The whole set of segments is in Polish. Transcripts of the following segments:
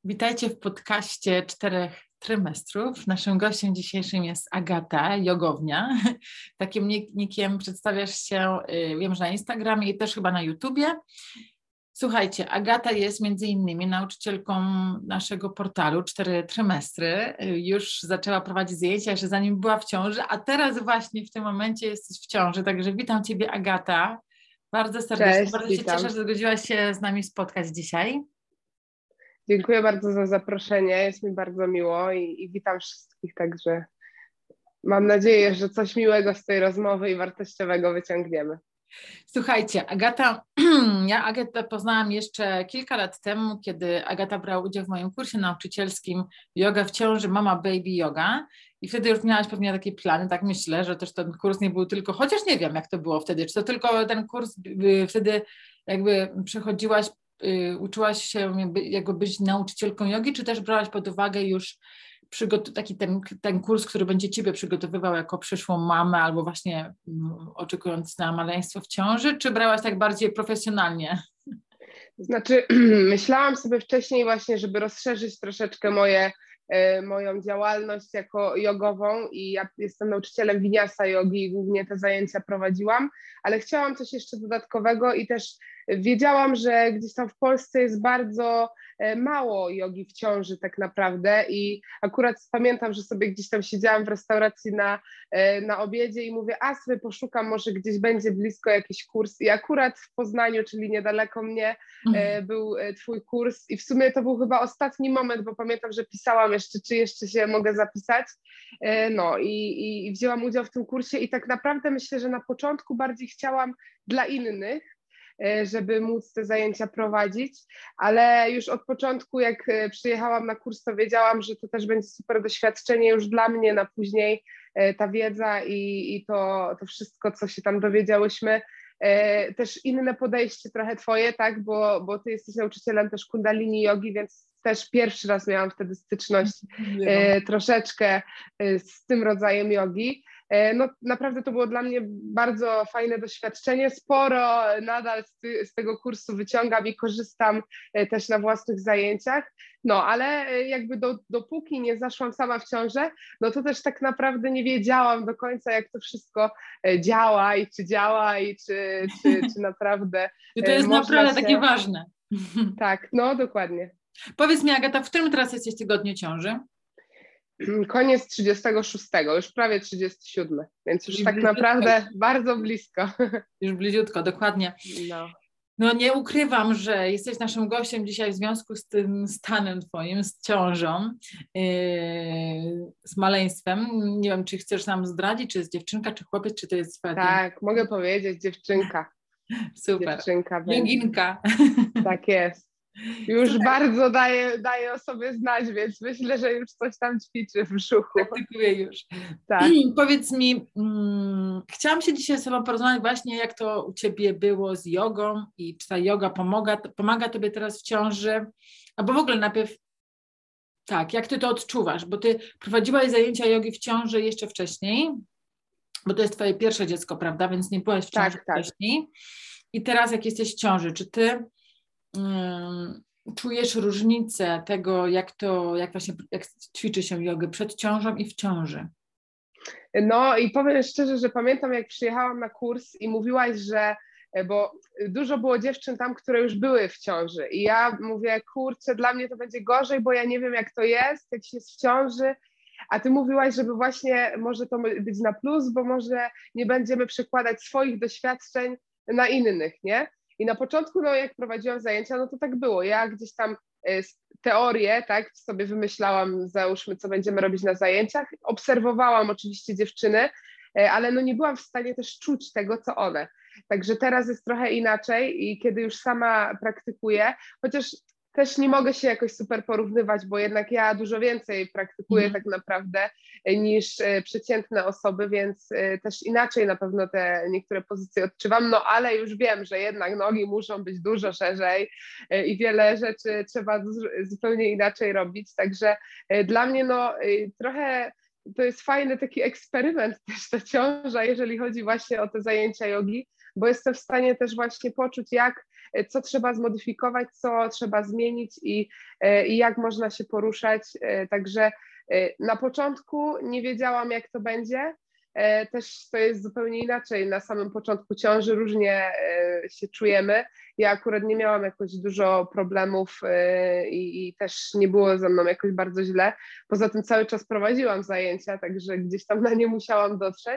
Witajcie w podcaście 4 trymestrów. Naszym gościem dzisiejszym jest Agata, jogownia. Takim nickiem przedstawiasz się, wiem, że na Instagramie i też chyba na YouTubie. Słuchajcie, Agata jest między innymi nauczycielką naszego portalu 4 trymestry. Już zaczęła prowadzić zajęcia, jeszcze zanim była w ciąży, a teraz właśnie w tym momencie jesteś w ciąży. Także witam Ciebie, Agata, bardzo serdecznie. Cześć, Bardzo się witam. cieszę, że zgodziłaś się z nami spotkać dzisiaj. Dziękuję bardzo za zaproszenie, jest mi bardzo miło i witam wszystkich, także mam nadzieję, że coś miłego z tej rozmowy i wartościowego wyciągniemy. Słuchajcie, ja Agatę poznałam jeszcze kilka lat temu, kiedy Agata brała udział w moim kursie nauczycielskim Yoga w ciąży, Mama Baby Yoga i wtedy już miałaś pewnie takie plany, tak myślę, że też ten kurs nie był tylko, chociaż nie wiem jak to było wtedy, czy to tylko ten kurs wtedy jakby przechodziłaś, uczyłaś się jakby być nauczycielką jogi, czy też brałaś pod uwagę już taki ten kurs, który będzie Ciebie przygotowywał jako przyszłą mamę albo właśnie oczekując na maleństwo w ciąży, czy brałaś tak bardziej profesjonalnie? Znaczy, myślałam sobie wcześniej właśnie, żeby rozszerzyć troszeczkę moją działalność jako jogową i ja jestem nauczycielem Vinyasa jogi i głównie te zajęcia prowadziłam, ale chciałam coś jeszcze dodatkowego i też wiedziałam, że gdzieś tam w Polsce jest bardzo mało jogi w ciąży tak naprawdę i akurat pamiętam, że sobie gdzieś tam siedziałam w restauracji na obiedzie i mówię, a sobie poszukam, może gdzieś będzie blisko jakiś kurs i akurat w Poznaniu, czyli niedaleko mnie był Twój kurs i w sumie to był chyba ostatni moment, bo pamiętam, że pisałam jeszcze, czy jeszcze się mogę zapisać, no i wzięłam udział w tym kursie i tak naprawdę myślę, że na początku bardziej chciałam dla innych, żeby móc te zajęcia prowadzić, ale już od początku jak przyjechałam na kurs, to wiedziałam, że to też będzie super doświadczenie już dla mnie na później, ta wiedza i to wszystko, co się tam dowiedziałyśmy, też inne podejście trochę Twoje, tak, bo Ty jesteś nauczycielem też kundalini jogi, więc też pierwszy raz miałam wtedy styczność troszeczkę z tym rodzajem jogi. No naprawdę to było dla mnie bardzo fajne doświadczenie, sporo nadal z tego kursu wyciągam i korzystam też na własnych zajęciach, no ale jakby dopóki nie zaszłam sama w ciążę, no to też tak naprawdę nie wiedziałam do końca, jak to wszystko działa i czy naprawdę I to jest naprawdę takie ważne. Tak, no dokładnie. Powiedz mi, Agata, w którym teraz jesteś tygodniu ciąży? Koniec 36, już prawie 37, więc już tak naprawdę bardzo blisko. Już bliziutko, dokładnie. No. No nie ukrywam, że jesteś naszym gościem dzisiaj w związku z tym stanem Twoim, z ciążą, z maleństwem. Nie wiem, czy chcesz nam zdradzić, czy jest dziewczynka, czy chłopiec, czy to jest... Tak, mogę powiedzieć, dziewczynka. Super. Dziewczynka. Joginka. Tak jest. Już super. Bardzo daje o sobie znać, więc myślę, że już coś tam ćwiczy w brzuchu. Praktykuje już. Tak. Powiedz mi, chciałam się dzisiaj z Tobą porozmawiać właśnie, jak to u Ciebie było z jogą i czy ta joga pomaga Tobie teraz w ciąży, albo w ogóle najpierw tak, jak Ty to odczuwasz, bo Ty prowadziłaś zajęcia jogi w ciąży jeszcze wcześniej, bo to jest Twoje pierwsze dziecko, prawda, więc nie byłaś w ciąży wcześniej i teraz jak jesteś w ciąży, czy Ty czujesz różnicę tego, jak ćwiczy się jogę przed ciążą i w ciąży? No i powiem szczerze, że pamiętam, jak przyjechałam na kurs i mówiłaś, że, bo dużo było dziewczyn tam, które już były w ciąży i ja mówię, kurczę, dla mnie to będzie gorzej, bo ja nie wiem, jak to jest, jak się jest w ciąży, a Ty mówiłaś, żeby właśnie może to być na plus, bo może nie będziemy przekładać swoich doświadczeń na innych, nie? I na początku, no jak prowadziłam zajęcia, no to tak było. Ja gdzieś tam teorię, tak, sobie wymyślałam, załóżmy, co będziemy robić na zajęciach. Obserwowałam oczywiście dziewczyny, ale no nie byłam w stanie też czuć tego, co one. Także teraz jest trochę inaczej i kiedy już sama praktykuję, chociaż też nie mogę się jakoś super porównywać, bo jednak ja dużo więcej praktykuję tak naprawdę niż przeciętne osoby, więc też inaczej na pewno te niektóre pozycje odczuwam, no ale już wiem, że jednak nogi muszą być dużo szerzej i wiele rzeczy trzeba zupełnie inaczej robić, także dla mnie no trochę to jest fajny taki eksperyment też ta ciąża, jeżeli chodzi właśnie o te zajęcia jogi, bo jestem w stanie też właśnie poczuć, jak co trzeba zmodyfikować, co trzeba zmienić i jak można się poruszać. Także na początku nie wiedziałam, jak to będzie. Też to jest zupełnie inaczej. Na samym początku ciąży różnie się czujemy. Ja akurat nie miałam jakoś dużo problemów i też nie było ze mną jakoś bardzo źle. Poza tym cały czas prowadziłam zajęcia, także gdzieś tam na nie musiałam dotrzeć.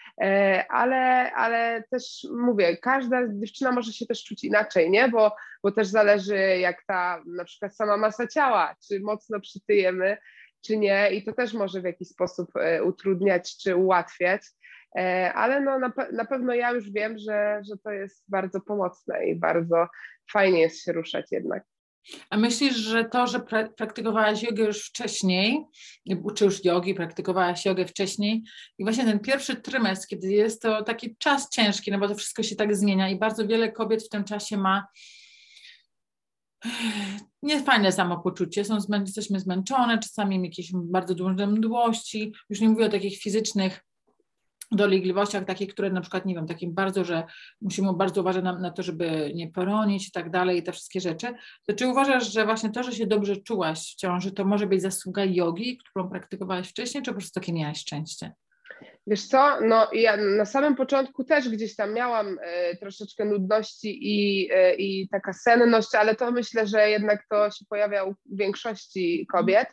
Ale też mówię, każda dziewczyna może się też czuć inaczej, nie? Bo też zależy, jak ta na przykład sama masa ciała, czy mocno przytyjemy, czy nie, i to też może w jakiś sposób utrudniać czy ułatwiać, ale no na pewno ja już wiem, że to jest bardzo pomocne i bardzo fajnie jest się ruszać jednak. A myślisz, że to, że praktykowałaś jogę już wcześniej, czy już jogi, praktykowałaś jogę wcześniej i właśnie ten pierwszy trymestr, kiedy jest to taki czas ciężki, no bo to wszystko się tak zmienia i bardzo wiele kobiet w tym czasie ma niefajne samopoczucie, jesteśmy zmęczone, czasami jakieś bardzo duże mdłości, już nie mówię o takich fizycznych dolegliwościach, takie, które na przykład, nie wiem, takim bardzo, że musimy bardzo uważać na to, żeby nie poronić i tak dalej, i te wszystkie rzeczy. To czy uważasz, że właśnie to, że się dobrze czułaś w ciąży, to może być zasługa jogi, którą praktykowałaś wcześniej, czy po prostu takie miałaś szczęście? Wiesz co, no ja na samym początku też gdzieś tam miałam troszeczkę nudności i taka senność, ale to myślę, że jednak to się pojawia u większości kobiet.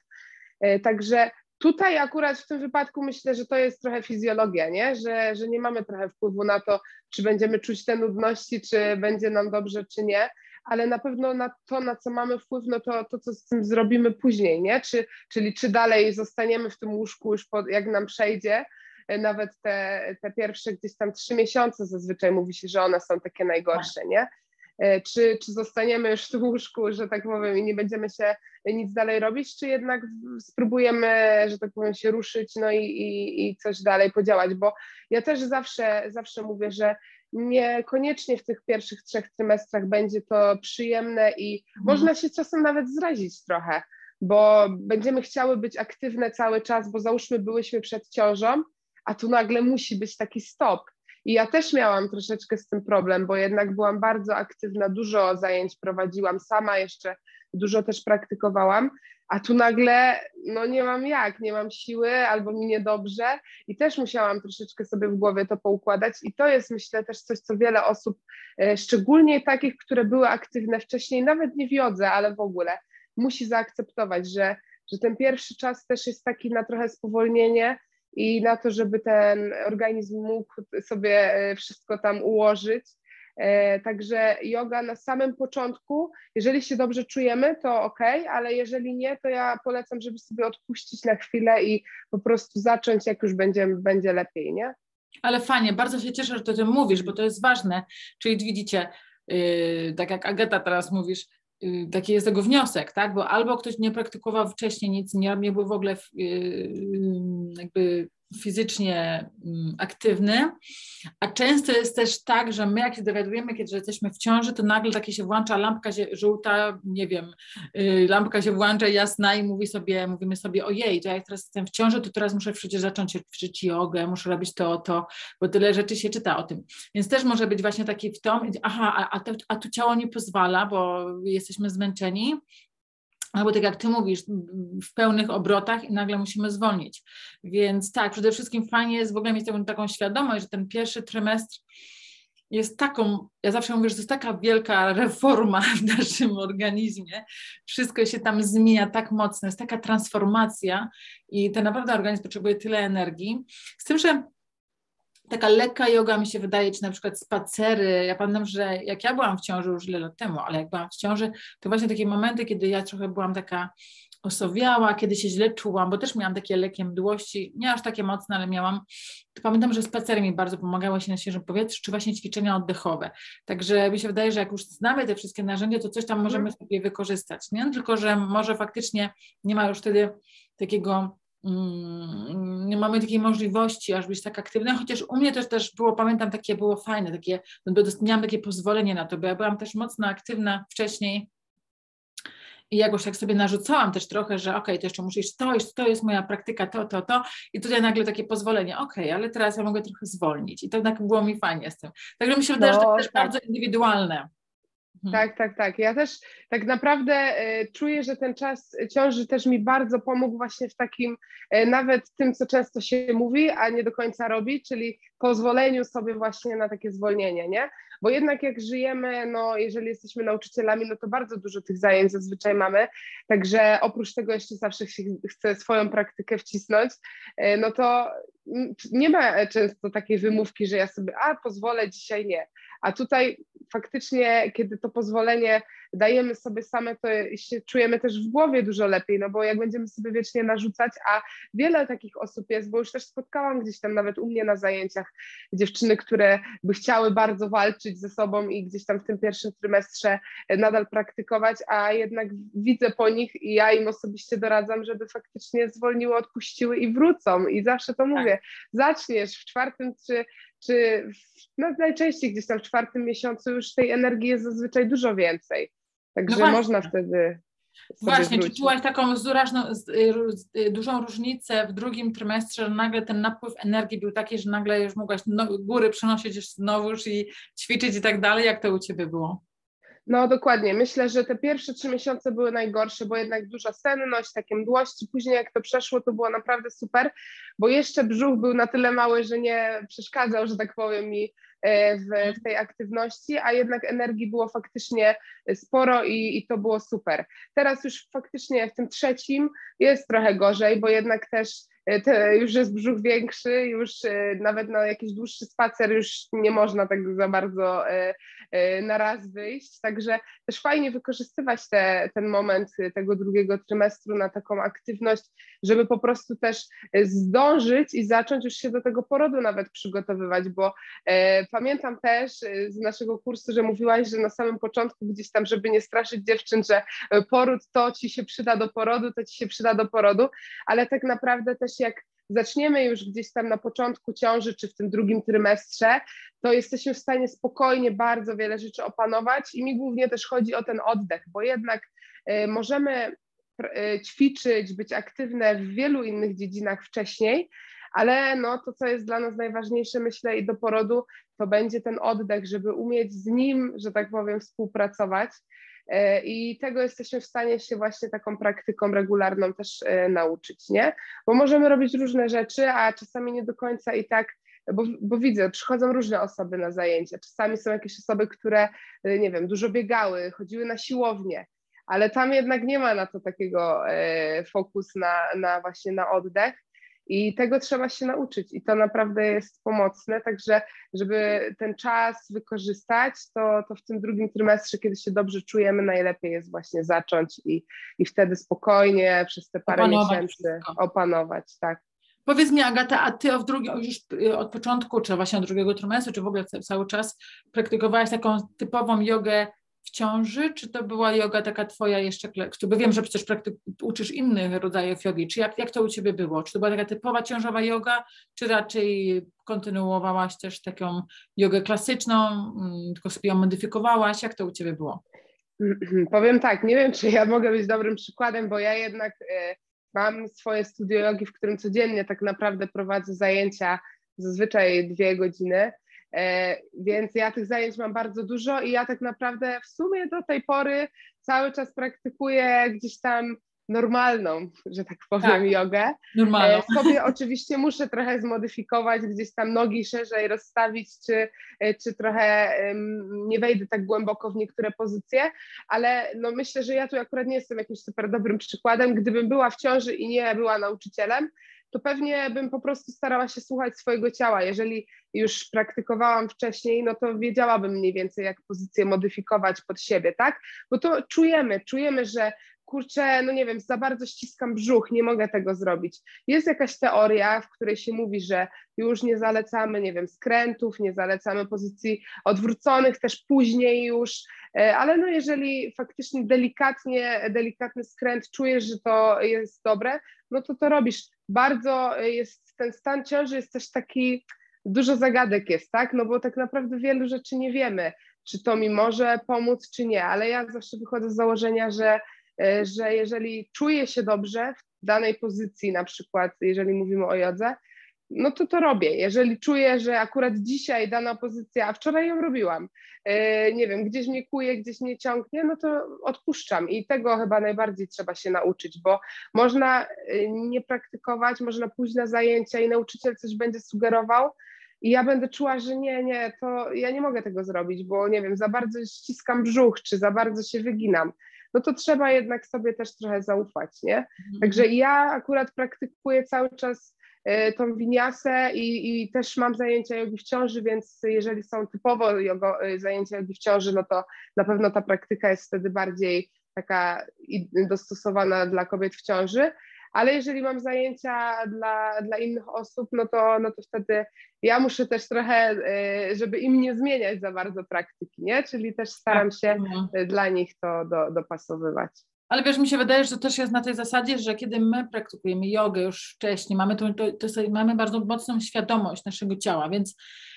Także tutaj akurat w tym wypadku myślę, że to jest trochę fizjologia, nie? Że nie mamy trochę wpływu na to, czy będziemy czuć te nudności, czy będzie nam dobrze, czy nie, ale na pewno na to, na co mamy wpływ, no to co z tym zrobimy później, nie? Czyli czy dalej zostaniemy w tym łóżku już jak nam przejdzie, nawet te pierwsze gdzieś tam 3 miesiące zazwyczaj mówi się, że one są takie najgorsze, nie? Czy zostaniemy już w tym łóżku, że tak powiem, i nie będziemy się nic dalej robić, czy jednak spróbujemy, że tak powiem, się ruszyć, no i coś dalej podziałać, bo ja też zawsze mówię, że niekoniecznie w tych pierwszych 3 trymestrach będzie to przyjemne i można się czasem nawet zrazić trochę, bo będziemy chciały być aktywne cały czas, bo załóżmy byłyśmy przed ciążą, a tu nagle musi być taki stop. I ja też miałam troszeczkę z tym problem, bo jednak byłam bardzo aktywna, dużo zajęć prowadziłam sama, jeszcze dużo też praktykowałam, a tu nagle no nie mam siły albo mi niedobrze i też musiałam troszeczkę sobie w głowie to poukładać i to jest, myślę, też coś, co wiele osób, szczególnie takich, które były aktywne wcześniej, nawet nie w jodze, ale w ogóle, musi zaakceptować, że ten pierwszy czas też jest taki na trochę spowolnienie i na to, żeby ten organizm mógł sobie wszystko tam ułożyć. Także yoga na samym początku, jeżeli się dobrze czujemy, to okej, ale jeżeli nie, to ja polecam, żeby sobie odpuścić na chwilę i po prostu zacząć, jak już będzie lepiej, nie? Ale fajnie, bardzo się cieszę, że ty o tym mówisz, bo to jest ważne. Czyli widzicie, tak jak Agata teraz mówisz, taki jest tego wniosek, tak? Bo albo ktoś nie praktykował wcześniej nic, nie był w ogóle jakby fizycznie aktywny, a często jest też tak, że my jak się dowiadujemy, kiedy jesteśmy w ciąży, to nagle takie się włącza lampka żółta, nie wiem, lampka się włącza jasna i mówimy sobie, ojej, to jak teraz jestem w ciąży, to teraz muszę przecież zacząć ćwiczyć jogę, muszę robić to, bo tyle rzeczy się czyta o tym. Więc też może być właśnie taki a tu ciało nie pozwala, bo jesteśmy zmęczeni, albo tak jak ty mówisz, w pełnych obrotach i nagle musimy zwolnić. Więc tak, przede wszystkim fajnie jest w ogóle mieć taką świadomość, że ten pierwszy trymestr jest ja zawsze mówię, że to jest taka wielka reforma w naszym organizmie. Wszystko się tam zmienia tak mocno, jest taka transformacja i ten naprawdę organizm potrzebuje tyle energii. Z tym, że taka lekka joga mi się wydaje, czy na przykład spacery. Ja pamiętam, że jak ja byłam w ciąży już wiele lat temu, ale jak byłam w ciąży, to właśnie takie momenty, kiedy ja trochę byłam taka osowiała, kiedy się źle czułam, bo też miałam takie lekkie mdłości, nie aż takie mocne, ale miałam, to pamiętam, że spacery mi bardzo pomagały się na świeżym powietrzu, czy właśnie ćwiczenia oddechowe. Także mi się wydaje, że jak już znamy te wszystkie narzędzia, to coś tam możemy sobie wykorzystać, nie? Tylko że może faktycznie nie ma już wtedy takiego nie mamy takiej możliwości, aż być tak aktywna, chociaż u mnie też było, pamiętam, było fajne, miałam takie pozwolenie na to, bo ja byłam też mocno aktywna wcześniej i jakoś tak sobie narzucałam też trochę, że okej, to jeszcze muszę iść, to jest moja praktyka, to i tutaj nagle takie pozwolenie, ale teraz ja mogę trochę zwolnić i to tak było mi fajnie z tym. Także mi się wydaje, że to też bardzo indywidualne. Tak. Ja też tak naprawdę czuję, że ten czas ciąży też mi bardzo pomógł właśnie w takim, nawet tym, co często się mówi, a nie do końca robi, czyli pozwoleniu sobie właśnie na takie zwolnienie, nie? Bo jednak jak żyjemy, no jeżeli jesteśmy nauczycielami, no to bardzo dużo tych zajęć zazwyczaj mamy, także oprócz tego jeszcze zawsze się chce swoją praktykę wcisnąć, no to nie ma często takiej wymówki, że ja sobie, pozwolę, dzisiaj nie. A tutaj faktycznie, kiedy to pozwolenie dajemy sobie same, to się czujemy też w głowie dużo lepiej, no bo jak będziemy sobie wiecznie narzucać, a wiele takich osób jest, bo już też spotkałam gdzieś tam nawet u mnie na zajęciach dziewczyny, które by chciały bardzo walczyć ze sobą i gdzieś tam w tym pierwszym trymestrze nadal praktykować, a jednak widzę po nich i ja im osobiście doradzam, żeby faktycznie zwolniły, odpuściły i wrócą. I zawsze to mówię, zaczniesz w czwartym no najczęściej gdzieś tam w czwartym miesiącu już tej energii jest zazwyczaj dużo więcej. Także można wtedy Właśnie, wrócić. czy czułaś taką dużą różnicę w drugim trymestrze, że nagle ten napływ energii był taki, że nagle już mogłaś góry przenosić już znowuż i ćwiczyć i tak dalej? Jak to u Ciebie było? No dokładnie, myślę, że te pierwsze 3 miesiące były najgorsze, bo jednak duża senność, takie mdłości, później jak to przeszło, to było naprawdę super, bo jeszcze brzuch był na tyle mały, że nie przeszkadzał, że tak powiem, mi w tej aktywności, a jednak energii było faktycznie sporo i to było super. Teraz już faktycznie w tym trzecim jest trochę gorzej, bo jednak też już jest brzuch większy, już nawet na jakiś dłuższy spacer już nie można tak za bardzo na raz wyjść, także też fajnie wykorzystywać ten moment tego drugiego trymestru na taką aktywność, żeby po prostu też zdążyć i zacząć już się do tego porodu nawet przygotowywać, bo pamiętam też z naszego kursu, że mówiłaś, że na samym początku gdzieś tam, żeby nie straszyć dziewczyn, że poród to ci się przyda do porodu, to ci się przyda do porodu, ale tak naprawdę też jak zaczniemy już gdzieś tam na początku ciąży, czy w tym drugim trymestrze, to jesteśmy w stanie spokojnie bardzo wiele rzeczy opanować i mi głównie też chodzi o ten oddech, bo jednak możemy ćwiczyć, być aktywne w wielu innych dziedzinach wcześniej, ale no to, co jest dla nas najważniejsze, myślę, i do porodu, to będzie ten oddech, żeby umieć z nim, że tak powiem, współpracować. I tego jesteśmy w stanie się właśnie taką praktyką regularną też nauczyć, nie? Bo możemy robić różne rzeczy, a czasami nie do końca i tak, bo widzę, przychodzą różne osoby na zajęcia. Czasami są jakieś osoby, które, nie wiem, dużo biegały, chodziły na siłownię, ale tam jednak nie ma na to takiego fokus właśnie na oddech. I tego trzeba się nauczyć i to naprawdę jest pomocne, także żeby ten czas wykorzystać, to w tym drugim trymestrze, kiedy się dobrze czujemy, najlepiej jest właśnie zacząć i wtedy spokojnie przez te parę miesięcy opanować, tak. Powiedz mi, Agata, a Ty już od początku, czy właśnie od drugiego trymestru, czy w ogóle cały czas praktykowałaś taką typową jogę w ciąży, czy to była joga taka Twoja jeszcze, bo wiem, że przecież uczysz innych rodzajów jogi, czy jak to u Ciebie było? Czy to była taka typowa ciążowa joga, czy raczej kontynuowałaś też taką jogę klasyczną, tylko sobie ją modyfikowałaś? Jak to u Ciebie było? Powiem tak, nie wiem, czy ja mogę być dobrym przykładem, bo ja jednak mam swoje studio jogi, w którym codziennie tak naprawdę prowadzę zajęcia, zazwyczaj 2 godziny, więc ja tych zajęć mam bardzo dużo i ja tak naprawdę w sumie do tej pory cały czas praktykuję gdzieś tam normalną, że tak powiem, jogę. Normalną. Sobie oczywiście muszę trochę zmodyfikować, gdzieś tam nogi szerzej rozstawić, czy trochę nie wejdę tak głęboko w niektóre pozycje, ale no myślę, że ja tu akurat nie jestem jakimś super dobrym przykładem. Gdybym była w ciąży i nie była nauczycielem, to pewnie bym po prostu starała się słuchać swojego ciała. Jeżeli już praktykowałam wcześniej, no to wiedziałabym mniej więcej, jak pozycję modyfikować pod siebie, tak? Bo to czujemy, że kurczę, no nie wiem, za bardzo ściskam brzuch, nie mogę tego zrobić. Jest jakaś teoria, w której się mówi, że już nie zalecamy, nie wiem, skrętów, nie zalecamy pozycji odwróconych, też później już, ale no jeżeli faktycznie delikatny skręt czujesz, że to jest dobre, no to robisz. Bardzo jest, ten stan ciąży jest też taki, dużo zagadek jest, tak? No bo tak naprawdę wielu rzeczy nie wiemy, czy to mi może pomóc, czy nie, ale ja zawsze wychodzę z założenia, że jeżeli czuję się dobrze w danej pozycji, na przykład jeżeli mówimy o jodze, no to robię. Jeżeli czuję, że akurat dzisiaj dana pozycja, a wczoraj ją robiłam, nie wiem, gdzieś mnie kuje, gdzieś mnie ciągnie, no to odpuszczam i tego chyba najbardziej trzeba się nauczyć, bo można nie praktykować, można pójść na zajęcia i nauczyciel coś będzie sugerował i ja będę czuła, że nie, to ja nie mogę tego zrobić, bo nie wiem, za bardzo ściskam brzuch, czy za bardzo się wyginam. No to trzeba jednak sobie też trochę zaufać, nie? Także ja akurat praktykuję cały czas tą winiasę i też mam zajęcia jogi w ciąży, więc jeżeli są typowo zajęcia jogi w ciąży, no to na pewno ta praktyka jest wtedy bardziej taka dostosowana dla kobiet w ciąży, ale jeżeli mam zajęcia dla innych osób, no to wtedy ja muszę też trochę, żeby im nie zmieniać za bardzo praktyki, nie? Czyli też staram się dla nich to dopasowywać. Ale wiesz, mi się wydaje, że to też jest na tej zasadzie, że kiedy my praktykujemy jogę już wcześniej, mamy bardzo mocną świadomość naszego ciała, więc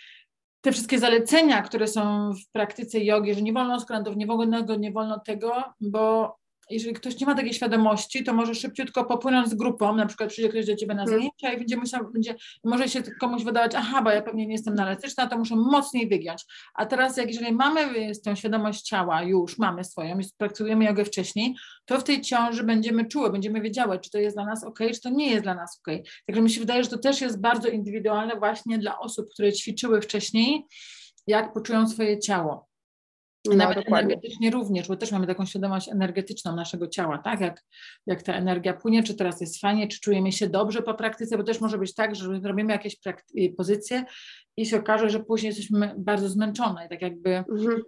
te wszystkie zalecenia, które są w praktyce jogi, że nie wolno skrętów, nie wolno tego, bo jeżeli ktoś nie ma takiej świadomości, to może szybciutko popłynąć z grupą, na przykład przyjdzie ktoś do ciebie na zajęcia i może się komuś wydawać, bo ja pewnie nie jestem elastyczna, to muszę mocniej wygiąć. A teraz jeżeli mamy tę świadomość ciała, już mamy swoją, już praktykujemy jogę wcześniej, to w tej ciąży będziemy czuły, będziemy wiedziały, czy to jest dla nas okej, czy to nie jest dla nas okej. Także mi się wydaje, że to też jest bardzo indywidualne właśnie dla osób, które ćwiczyły wcześniej, jak poczują swoje ciało. I nawet energetycznie również, bo też mamy taką świadomość energetyczną naszego ciała, tak? Jak ta energia płynie, czy teraz jest fajnie, czy czujemy się dobrze po praktyce, bo też może być tak, że robimy jakieś pozycje i się okaże, że później jesteśmy bardzo zmęczone i tak jakby,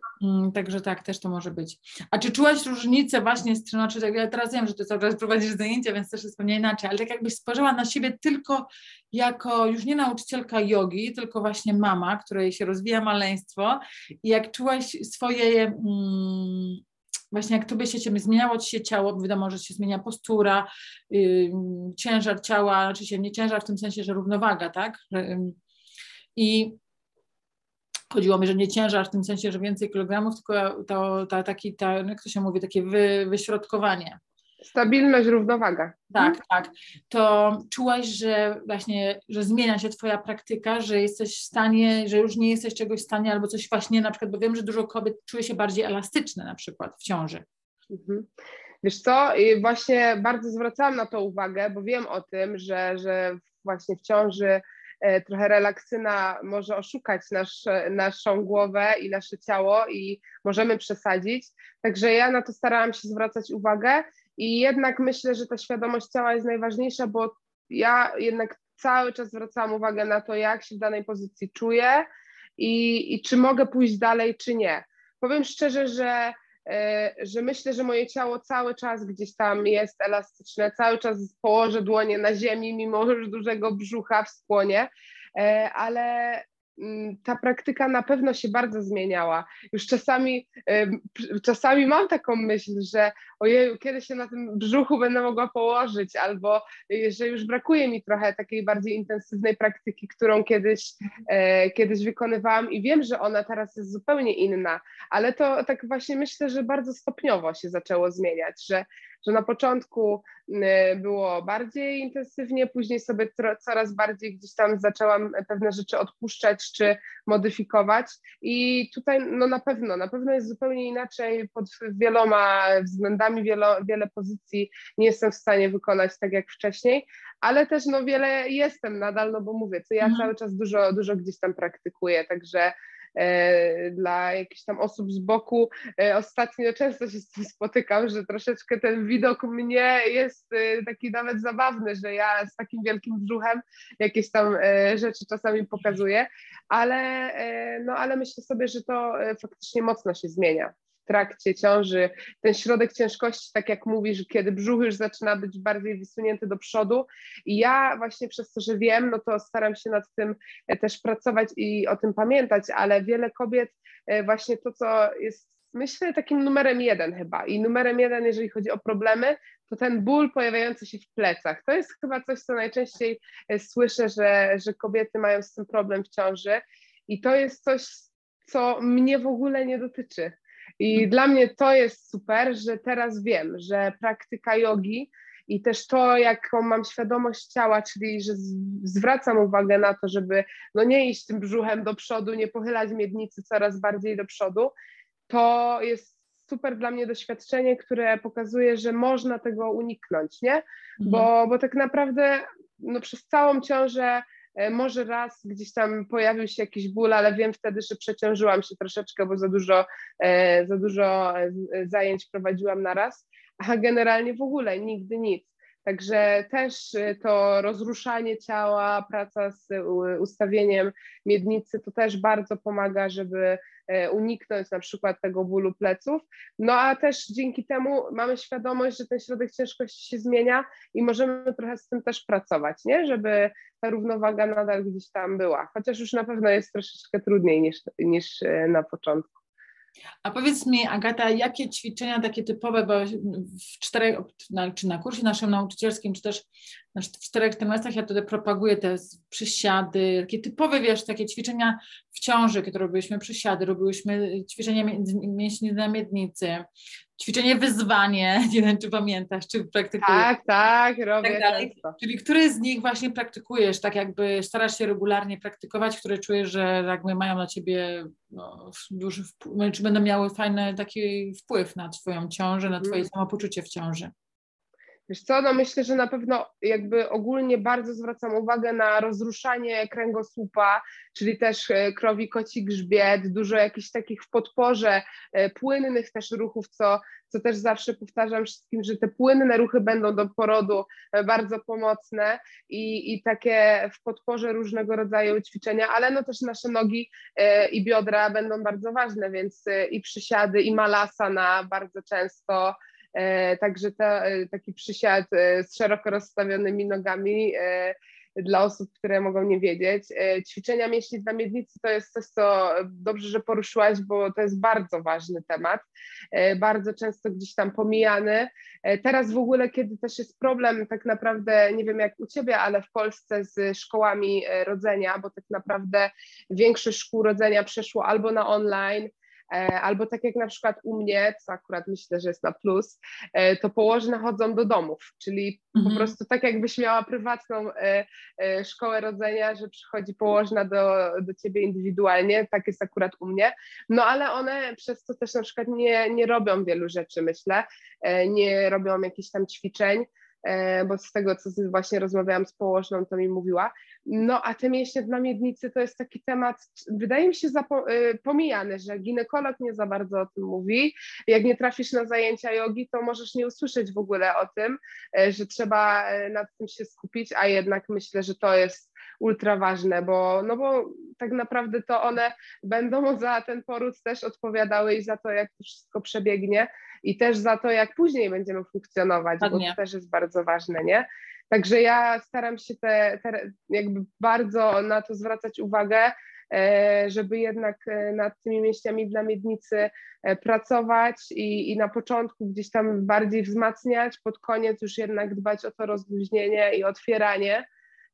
także tak, też to może być. A czy czułaś różnicę właśnie, znaczy, ja teraz wiem, że ty cały czas prowadzisz zajęcia, więc też jest pewnie inaczej, ale tak jakbyś spojrzała na siebie tylko jako już nie nauczycielka jogi, tylko właśnie mama, której się rozwija maleństwo i jak czułaś swoje, właśnie jak tobie zmieniało ci się ciało, bo wiadomo, że się zmienia postura, ciężar ciała, oczywiście nie ciężar w tym sensie, że równowaga, tak? I chodziło mi, że nie ciężar w tym sensie, że więcej kilogramów, tylko jak to się mówi, takie wyśrodkowanie. Stabilność, równowaga. Tak. To czułaś, że właśnie, że zmienia się twoja praktyka, że jesteś w stanie, że już nie jesteś czegoś w stanie albo coś właśnie na przykład, bo wiem, że dużo kobiet czuje się bardziej elastyczne na przykład w ciąży. Wiesz co, i właśnie bardzo zwracałam na to uwagę, bo wiem o tym, że właśnie w ciąży trochę relaksyna może oszukać naszą głowę i nasze ciało i możemy przesadzić. Także ja na to starałam się zwracać uwagę i jednak myślę, że ta świadomość ciała jest najważniejsza, bo ja jednak cały czas zwracałam uwagę na to, jak się w danej pozycji czuję i czy mogę pójść dalej, czy nie. Powiem szczerze, że myślę, że moje ciało cały czas gdzieś tam jest elastyczne, cały czas położę dłonie na ziemi, mimo już dużego brzucha w skłonie, ale ta praktyka na pewno się bardzo zmieniała. Już czasami mam taką myśl, że ojej, kiedy się na tym brzuchu będę mogła położyć, albo że już brakuje mi trochę takiej bardziej intensywnej praktyki, którą kiedyś wykonywałam i wiem, że ona teraz jest zupełnie inna, ale to tak właśnie myślę, że bardzo stopniowo się zaczęło zmieniać, że na początku było bardziej intensywnie, później sobie coraz bardziej gdzieś tam zaczęłam pewne rzeczy odpuszczać czy modyfikować i tutaj no na pewno jest zupełnie inaczej pod wieloma względami, wiele pozycji nie jestem w stanie wykonać tak jak wcześniej, ale też no wiele jestem nadal, no bo mówię, co ja cały czas dużo gdzieś tam praktykuję, także dla jakichś tam osób z boku. Ostatnio często się z tym spotykam, że troszeczkę ten widok mnie jest taki nawet zabawny, że ja z takim wielkim brzuchem jakieś tam rzeczy czasami pokazuję, ale myślę sobie, że to faktycznie mocno się zmienia w trakcie ciąży. Ten środek ciężkości, tak jak mówisz, kiedy brzuch już zaczyna być bardziej wysunięty do przodu i ja właśnie przez to, że wiem, no to staram się nad tym też pracować i o tym pamiętać, ale wiele kobiet właśnie to, co jest myślę takim numerem 1 chyba i numerem 1, jeżeli chodzi o problemy, to ten ból pojawiający się w plecach. To jest chyba coś, co najczęściej słyszę, że kobiety mają z tym problem w ciąży i to jest coś, co mnie w ogóle nie dotyczy. I dla mnie to jest super, że teraz wiem, że praktyka jogi i też to, jaką mam świadomość ciała, czyli że zwracam uwagę na to, żeby no nie iść tym brzuchem do przodu, nie pochylać miednicy coraz bardziej do przodu, to jest super dla mnie doświadczenie, które pokazuje, że można tego uniknąć, nie? Bo tak naprawdę no, przez całą ciążę może raz gdzieś tam pojawił się jakiś ból, ale wiem wtedy, że przeciążyłam się troszeczkę, bo za dużo zajęć prowadziłam na raz, a generalnie w ogóle nigdy nic. Także też to rozruszanie ciała, praca z ustawieniem miednicy, to też bardzo pomaga, żeby uniknąć na przykład tego bólu pleców. No a też dzięki temu mamy świadomość, że ten środek ciężkości się zmienia i możemy trochę z tym też pracować, nie? Żeby ta równowaga nadal gdzieś tam była. Chociaż już na pewno jest troszeczkę trudniej niż na początku. A powiedz mi, Agata, jakie ćwiczenia takie typowe, bo czy na kursie naszym nauczycielskim, czy też w 4 trymestrach ja tutaj propaguję te przysiady, takie typowe, wiesz, takie ćwiczenia w ciąży, kiedy robiłyśmy przysiady, robiłyśmy ćwiczenia mięśni na miednicy, ćwiczenie wyzwanie, nie wiem, czy pamiętasz, czy praktykujesz. Tak, robię tak często. Czyli który z nich właśnie praktykujesz, tak jakby starasz się regularnie praktykować, które czujesz, że jakby mają na ciebie duży wpływ, czy będą miały fajny taki wpływ na twoją ciążę, na twoje samopoczucie w ciąży? Wiesz co, no myślę, że na pewno jakby ogólnie bardzo zwracam uwagę na rozruszanie kręgosłupa, czyli też krowi koci grzbiet, dużo jakichś takich w podporze płynnych też ruchów, co też zawsze powtarzam wszystkim, że te płynne ruchy będą do porodu bardzo pomocne i takie w podporze różnego rodzaju ćwiczenia, ale no też nasze nogi i biodra będą bardzo ważne, więc i przysiady, i malasana bardzo często. Także taki przysiad z szeroko rozstawionymi nogami dla osób, które mogą nie wiedzieć. Ćwiczenia mięśni dla miednicy to jest coś, co dobrze, że poruszyłaś, bo to jest bardzo ważny temat, bardzo często gdzieś tam pomijany. Teraz w ogóle, kiedy też jest problem tak naprawdę, nie wiem jak u Ciebie, ale w Polsce z szkołami rodzenia, bo tak naprawdę większość szkół rodzenia przeszło albo na online, albo tak jak na przykład u mnie, co akurat myślę, że jest na plus, to położne chodzą do domów, czyli po prostu tak jakbyś miała prywatną szkołę rodzenia, że przychodzi położna do ciebie indywidualnie, tak jest akurat u mnie, no ale one przez to też na przykład nie robią wielu rzeczy, myślę, nie robią jakichś tam ćwiczeń, bo z tego, co właśnie rozmawiałam z położną, to mi mówiła. No a te mięśnie dla miednicy to jest taki temat, wydaje mi się pomijany, że ginekolog nie za bardzo o tym mówi. Jak nie trafisz na zajęcia jogi, to możesz nie usłyszeć w ogóle o tym, że trzeba nad tym się skupić, a jednak myślę, że to jest ultra ważne, bo tak naprawdę to one będą za ten poród też odpowiadały i za to, jak to wszystko przebiegnie i też za to, jak później będziemy funkcjonować, bo to też jest bardzo ważne, nie? Także ja staram się jakby bardzo na to zwracać uwagę, żeby jednak nad tymi mięśniami dla miednicy pracować i na początku gdzieś tam bardziej wzmacniać, pod koniec już jednak dbać o to rozluźnienie i otwieranie.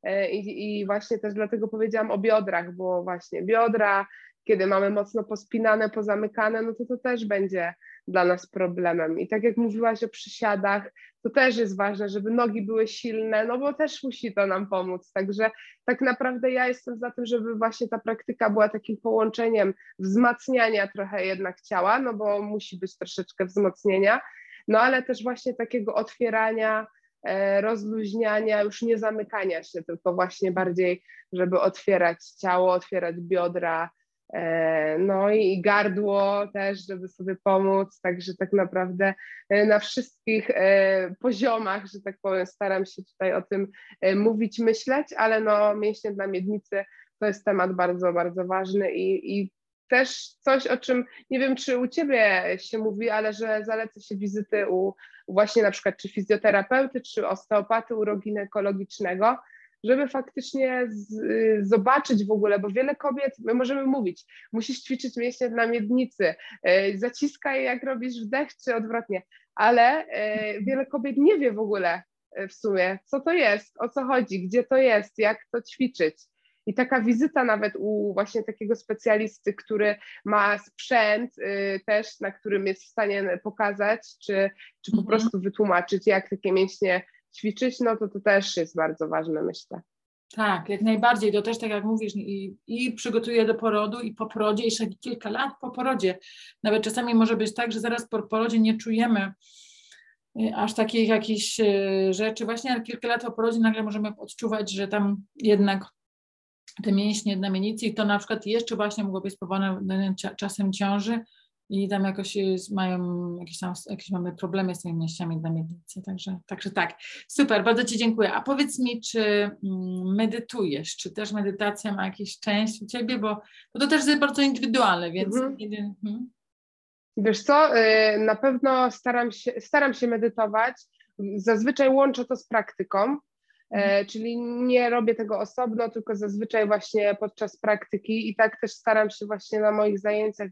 I właśnie też dlatego powiedziałam o biodrach, bo właśnie biodra, kiedy mamy mocno pospinane, pozamykane, no to też będzie dla nas problemem. I tak jak mówiłaś o przysiadach, to też jest ważne, żeby nogi były silne, no bo też musi to nam pomóc. Także tak naprawdę ja jestem za tym, żeby właśnie ta praktyka była takim połączeniem wzmacniania trochę jednak ciała, no bo musi być troszeczkę wzmocnienia, no ale też właśnie takiego otwierania, rozluźniania, już nie zamykania się, tylko właśnie bardziej, żeby otwierać ciało, otwierać biodra, no i gardło też, żeby sobie pomóc, także tak naprawdę na wszystkich poziomach, że tak powiem, staram się tutaj o tym mówić, myśleć, ale no mięśnie dla miednicy to jest temat bardzo, bardzo ważny i też coś, o czym nie wiem, czy u Ciebie się mówi, ale że zaleca się wizyty u właśnie na przykład czy fizjoterapeuty, czy osteopaty uroginekologicznego, żeby faktycznie zobaczyć w ogóle, bo wiele kobiet, my możemy mówić, musisz ćwiczyć mięśnie dla miednicy, zaciskaj jak robisz wdech, czy odwrotnie, ale wiele kobiet nie wie w ogóle w sumie, co to jest, o co chodzi, gdzie to jest, jak to ćwiczyć. I taka wizyta nawet u właśnie takiego specjalisty, który ma sprzęt też, na którym jest w stanie pokazać, czy po prostu wytłumaczyć, jak takie mięśnie ćwiczyć, no to też jest bardzo ważne, myślę. Tak, jak najbardziej. To też tak jak mówisz i przygotuje do porodu i po porodzie, jeszcze kilka lat po porodzie. Nawet czasami może być tak, że zaraz po porodzie nie czujemy aż takich jakichś rzeczy. Właśnie ale kilka lat po porodzie nagle możemy odczuwać, że tam jednak te mięśnie na miednicy i to na przykład jeszcze właśnie mogło być spowodowane czasem ciąży i tam jakoś mają jakieś mamy problemy z tymi mięśniami na miednicy. Także tak. Super, bardzo Ci dziękuję. A powiedz mi, czy medytujesz? Czy też medytacja ma jakąś część u Ciebie? Bo to też jest bardzo indywidualne, więc... Wiesz co, na pewno staram się medytować. Zazwyczaj łączę to z praktyką, czyli nie robię tego osobno, tylko zazwyczaj właśnie podczas praktyki i tak też staram się właśnie na moich zajęciach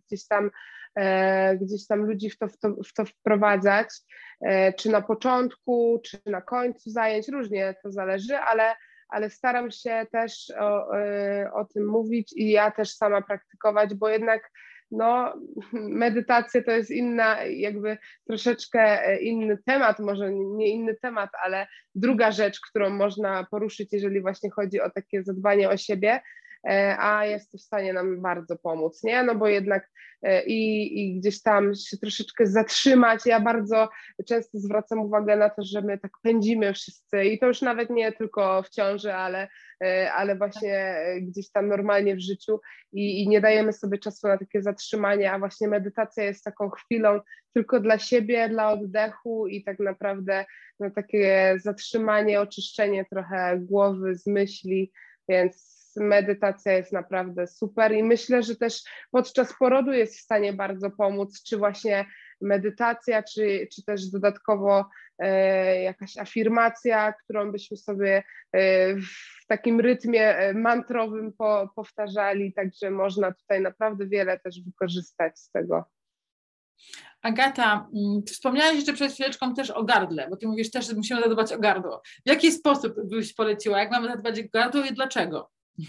gdzieś tam ludzi w to wprowadzać, czy na początku, czy na końcu zajęć, różnie to zależy, ale staram się też o tym mówić i ja też sama praktykować, bo jednak no, medytacja to jest inna, jakby troszeczkę inny temat, może nie inny temat, ale druga rzecz, którą można poruszyć, jeżeli właśnie chodzi o takie zadbanie o siebie, a jest to w stanie nam bardzo pomóc, nie? No bo jednak i gdzieś tam się troszeczkę zatrzymać. Ja bardzo często zwracam uwagę na to, że my tak pędzimy wszyscy i to już nawet nie tylko w ciąży, ale właśnie gdzieś tam normalnie w życiu i nie dajemy sobie czasu na takie zatrzymanie, a właśnie medytacja jest taką chwilą tylko dla siebie, dla oddechu i tak naprawdę no, takie zatrzymanie, oczyszczenie trochę głowy z myśli, więc medytacja jest naprawdę super i myślę, że też podczas porodu jest w stanie bardzo pomóc, czy właśnie medytacja, czy też dodatkowo jakaś afirmacja, którą byśmy sobie w takim rytmie mantrowym powtarzali, także można tutaj naprawdę wiele też wykorzystać z tego. Agata, wspomniałaś jeszcze przed chwileczką też o gardle, bo ty mówisz też, że musimy zadbać o gardło. W jaki sposób byś poleciła? Jak mamy zadbać o gardło i dlaczego?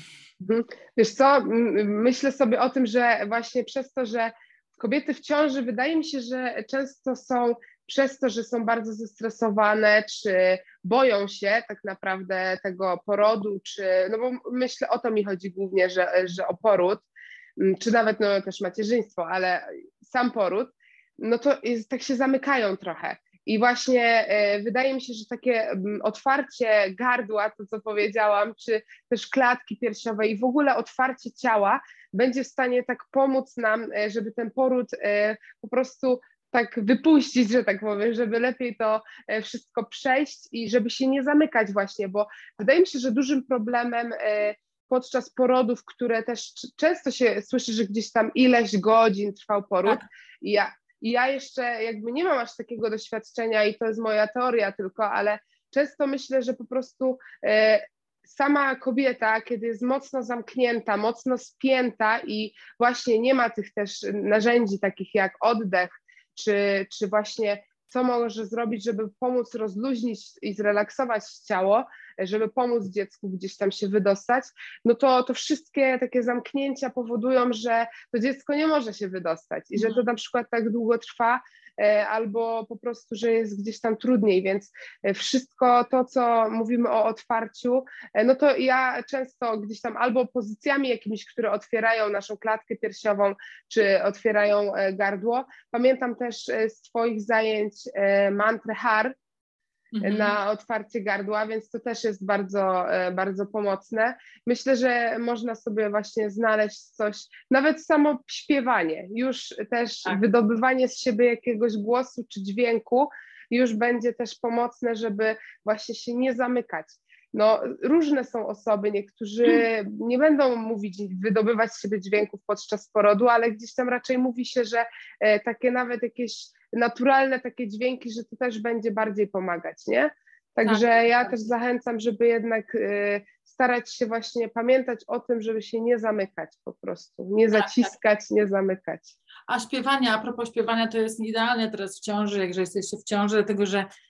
Wiesz co, myślę sobie o tym, że właśnie przez to, że kobiety w ciąży, wydaje mi się, że często są przez to, że są bardzo zestresowane, czy boją się tak naprawdę tego porodu, no bo myślę, o to mi chodzi głównie, że o poród, czy nawet no, też macierzyństwo, ale sam poród, no to tak się zamykają trochę. I właśnie wydaje mi się, że takie otwarcie gardła, to co powiedziałam, czy też klatki piersiowej i w ogóle otwarcie ciała będzie w stanie tak pomóc nam, żeby ten poród po prostu tak wypuścić, że tak powiem, żeby lepiej to wszystko przejść i żeby się nie zamykać właśnie, bo wydaje mi się, że dużym problemem podczas porodów, które też często się słyszy, że gdzieś tam ileś godzin trwał poród i ja jeszcze jakby nie mam aż takiego doświadczenia i to jest moja teoria tylko, ale często myślę, że po prostu sama kobieta, kiedy jest mocno zamknięta, mocno spięta i właśnie nie ma tych też narzędzi takich jak oddech, czy właśnie co może zrobić, żeby pomóc rozluźnić i zrelaksować ciało, żeby pomóc dziecku gdzieś tam się wydostać, no to wszystkie takie zamknięcia powodują, że to dziecko nie może się wydostać i że to na przykład tak długo trwa, albo po prostu, że jest gdzieś tam trudniej, więc wszystko to, co mówimy o otwarciu, no to ja często gdzieś tam albo pozycjami jakimiś, które otwierają naszą klatkę piersiową, czy otwierają gardło. Pamiętam też z Twoich zajęć mantrę HAR na otwarcie gardła, więc to też jest bardzo, bardzo pomocne. Myślę, że można sobie właśnie znaleźć coś, nawet samo śpiewanie, już też wydobywanie z siebie jakiegoś głosu czy dźwięku już będzie też pomocne, żeby właśnie się nie zamykać. No, różne są osoby, niektórzy nie będą mówić, wydobywać z siebie dźwięków podczas porodu, ale gdzieś tam raczej mówi się, że takie nawet jakieś naturalne takie dźwięki, że to też będzie bardziej pomagać, nie? Także ja też zachęcam, żeby jednak starać się właśnie pamiętać o tym, żeby się nie zamykać po prostu, nie zaciskać, nie zamykać. A propos śpiewania, to jest idealne teraz w ciąży, jak że jesteście w ciąży, dlatego że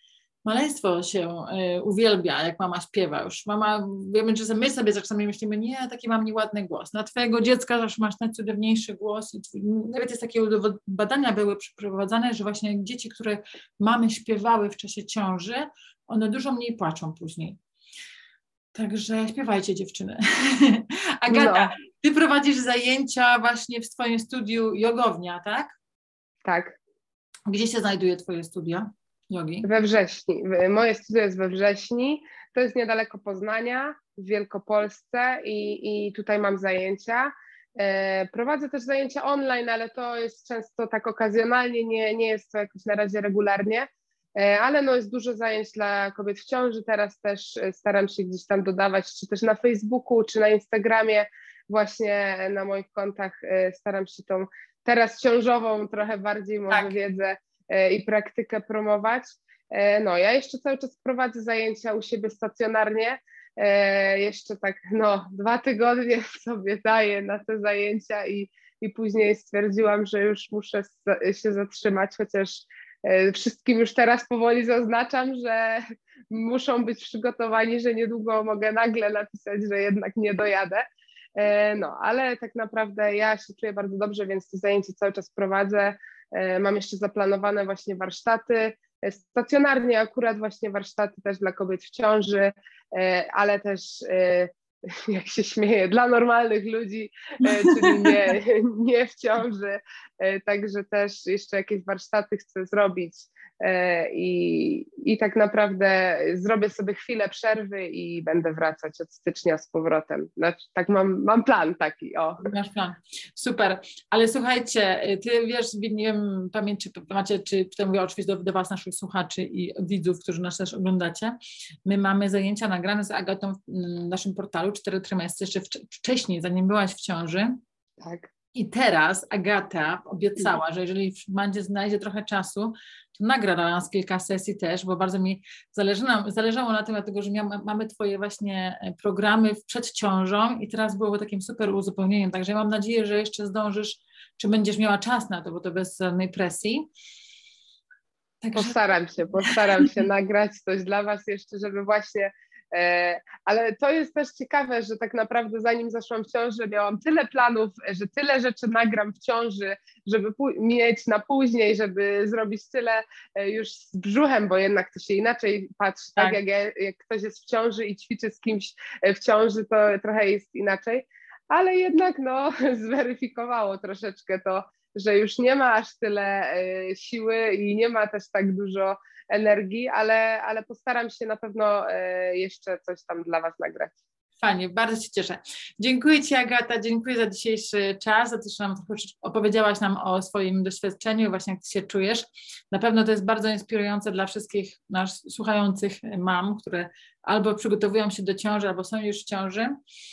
Maleństwo się uwielbia, jak mama śpiewa. Już mama, wiemy, że my sobie czasami myślimy, nie, taki mam nieładny głos. Na twojego dziecka zawsze masz najcudowniejszy głos. Nawet jest takie badania były przeprowadzane, że właśnie dzieci, które mamy śpiewały w czasie ciąży, one dużo mniej płaczą później. Także śpiewajcie, dziewczyny. Agata, ty prowadzisz zajęcia właśnie w swoim studiu Jogownia, tak? Tak. Gdzie się znajduje twoje studio jogi? We Wrześni. Moje studio jest we Wrześni. To jest niedaleko Poznania, w Wielkopolsce i tutaj mam zajęcia. Prowadzę też zajęcia online, ale to jest często tak okazjonalnie, nie jest to jakoś na razie regularnie. Ale no jest dużo zajęć dla kobiet w ciąży, teraz też staram się gdzieś tam dodawać, czy też na Facebooku, czy na Instagramie, właśnie na moich kontach staram się tą teraz ciążową trochę bardziej może wiedzę i praktykę promować. No ja jeszcze cały czas prowadzę zajęcia u siebie stacjonarnie, jeszcze tak 2 tygodnie sobie daję na te zajęcia i później stwierdziłam, że już muszę się zatrzymać, chociaż wszystkim już teraz powoli zaznaczam, że muszą być przygotowani, że niedługo mogę nagle napisać, że jednak nie dojadę. No, ale tak naprawdę ja się czuję bardzo dobrze, więc te zajęcia cały czas prowadzę. Mam jeszcze zaplanowane właśnie warsztaty, stacjonarnie akurat właśnie warsztaty też dla kobiet w ciąży, ale też jak się śmieję, dla normalnych ludzi, czyli nie w ciąży, także też jeszcze jakieś warsztaty chcę zrobić i tak naprawdę zrobię sobie chwilę przerwy i będę wracać od stycznia z powrotem. Znaczy, tak mam plan taki, o. Masz plan, super, ale słuchajcie, ty wiesz, nie wiem, czy macie, czy to mówię oczywiście do was, naszych słuchaczy i widzów, którzy nas też oglądacie, my mamy zajęcia nagrane z Agatą w naszym portalu 4 trymestry, jeszcze wcześniej, zanim byłaś w ciąży. Tak. I teraz Agata obiecała, że jeżeli będzie znajdzie trochę czasu, to nagra dla nas kilka sesji też, bo bardzo mi zależało na tym, dlatego że mamy twoje właśnie programy przed ciążą i teraz było takim super uzupełnieniem, także ja mam nadzieję, że jeszcze zdążysz, czy będziesz miała czas na to, bo to bez żadnej presji. Także... Postaram się nagrać coś dla was jeszcze, żeby właśnie... Ale to jest też ciekawe, że tak naprawdę zanim zaszłam w ciążę, miałam tyle planów, że tyle rzeczy nagram w ciąży, żeby mieć na później, żeby zrobić tyle już z brzuchem, bo jednak to się inaczej patrzy, tak? Jak ktoś jest w ciąży i ćwiczy z kimś w ciąży, to trochę jest inaczej, ale jednak zweryfikowało troszeczkę to, że już nie ma aż tyle siły i nie ma też tak dużo energii, ale postaram się na pewno jeszcze coś tam dla was nagrać. Fajnie, bardzo się cieszę. Dziękuję ci, Agata, dziękuję za dzisiejszy czas, za to, że nam opowiedziałaś nam o swoim doświadczeniu, właśnie jak ty się czujesz. Na pewno to jest bardzo inspirujące dla wszystkich nas słuchających mam, które albo przygotowują się do ciąży, albo są już w ciąży.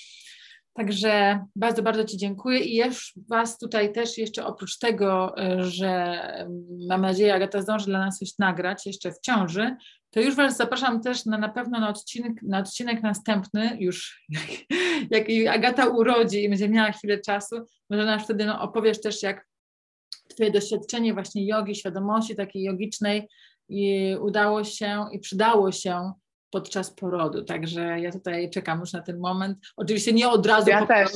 Także bardzo, bardzo ci dziękuję i was tutaj też jeszcze oprócz tego, że mam nadzieję, Agata zdąży dla nas coś nagrać jeszcze w ciąży, to już was zapraszam też na pewno na odcinek następny, już jak Agata urodzi i będzie miała chwilę czasu, może nam wtedy opowiesz też, jak twoje doświadczenie właśnie jogi, świadomości takiej jogicznej udało się i przydało się podczas porodu, także ja tutaj czekam już na ten moment. Oczywiście nie od razu. Ja też.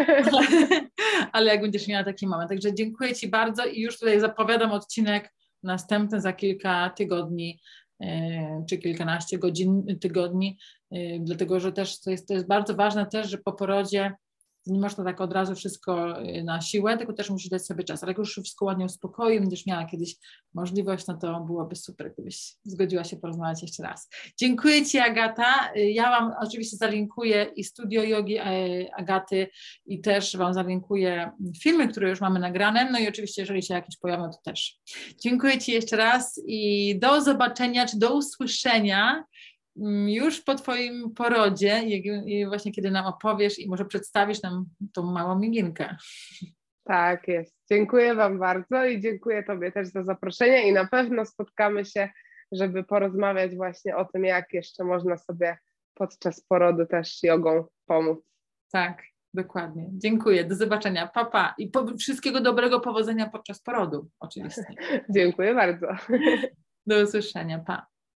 Ale jak będziesz miała taki moment. Także dziękuję ci bardzo i już tutaj zapowiadam odcinek następny za kilka tygodni, czy kilkanaście tygodni, dlatego że też to jest bardzo ważne też, że po porodzie nie można tak od razu wszystko na siłę, tylko też musisz dać sobie czas. Ale jak już wszystko ładnie uspokoi, będziesz miała kiedyś możliwość, no to byłoby super, gdybyś zgodziła się porozmawiać jeszcze raz. Dziękuję ci, Agata. Ja wam oczywiście zalinkuję i studio jogi Agaty i też wam zalinkuję filmy, które już mamy nagrane. No i oczywiście, jeżeli się jakieś pojawią, to też. Dziękuję ci jeszcze raz i do zobaczenia, czy do usłyszenia już po twoim porodzie, właśnie kiedy nam opowiesz i może przedstawisz nam tą małą Miginkę. Tak jest. Dziękuję wam bardzo i dziękuję tobie też za zaproszenie i na pewno spotkamy się, żeby porozmawiać właśnie o tym, jak jeszcze można sobie podczas porodu też jogą pomóc. Tak, dokładnie. Dziękuję. Do zobaczenia. Pa, pa. I wszystkiego dobrego, powodzenia podczas porodu oczywiście. Dziękuję bardzo. Do usłyszenia. Pa.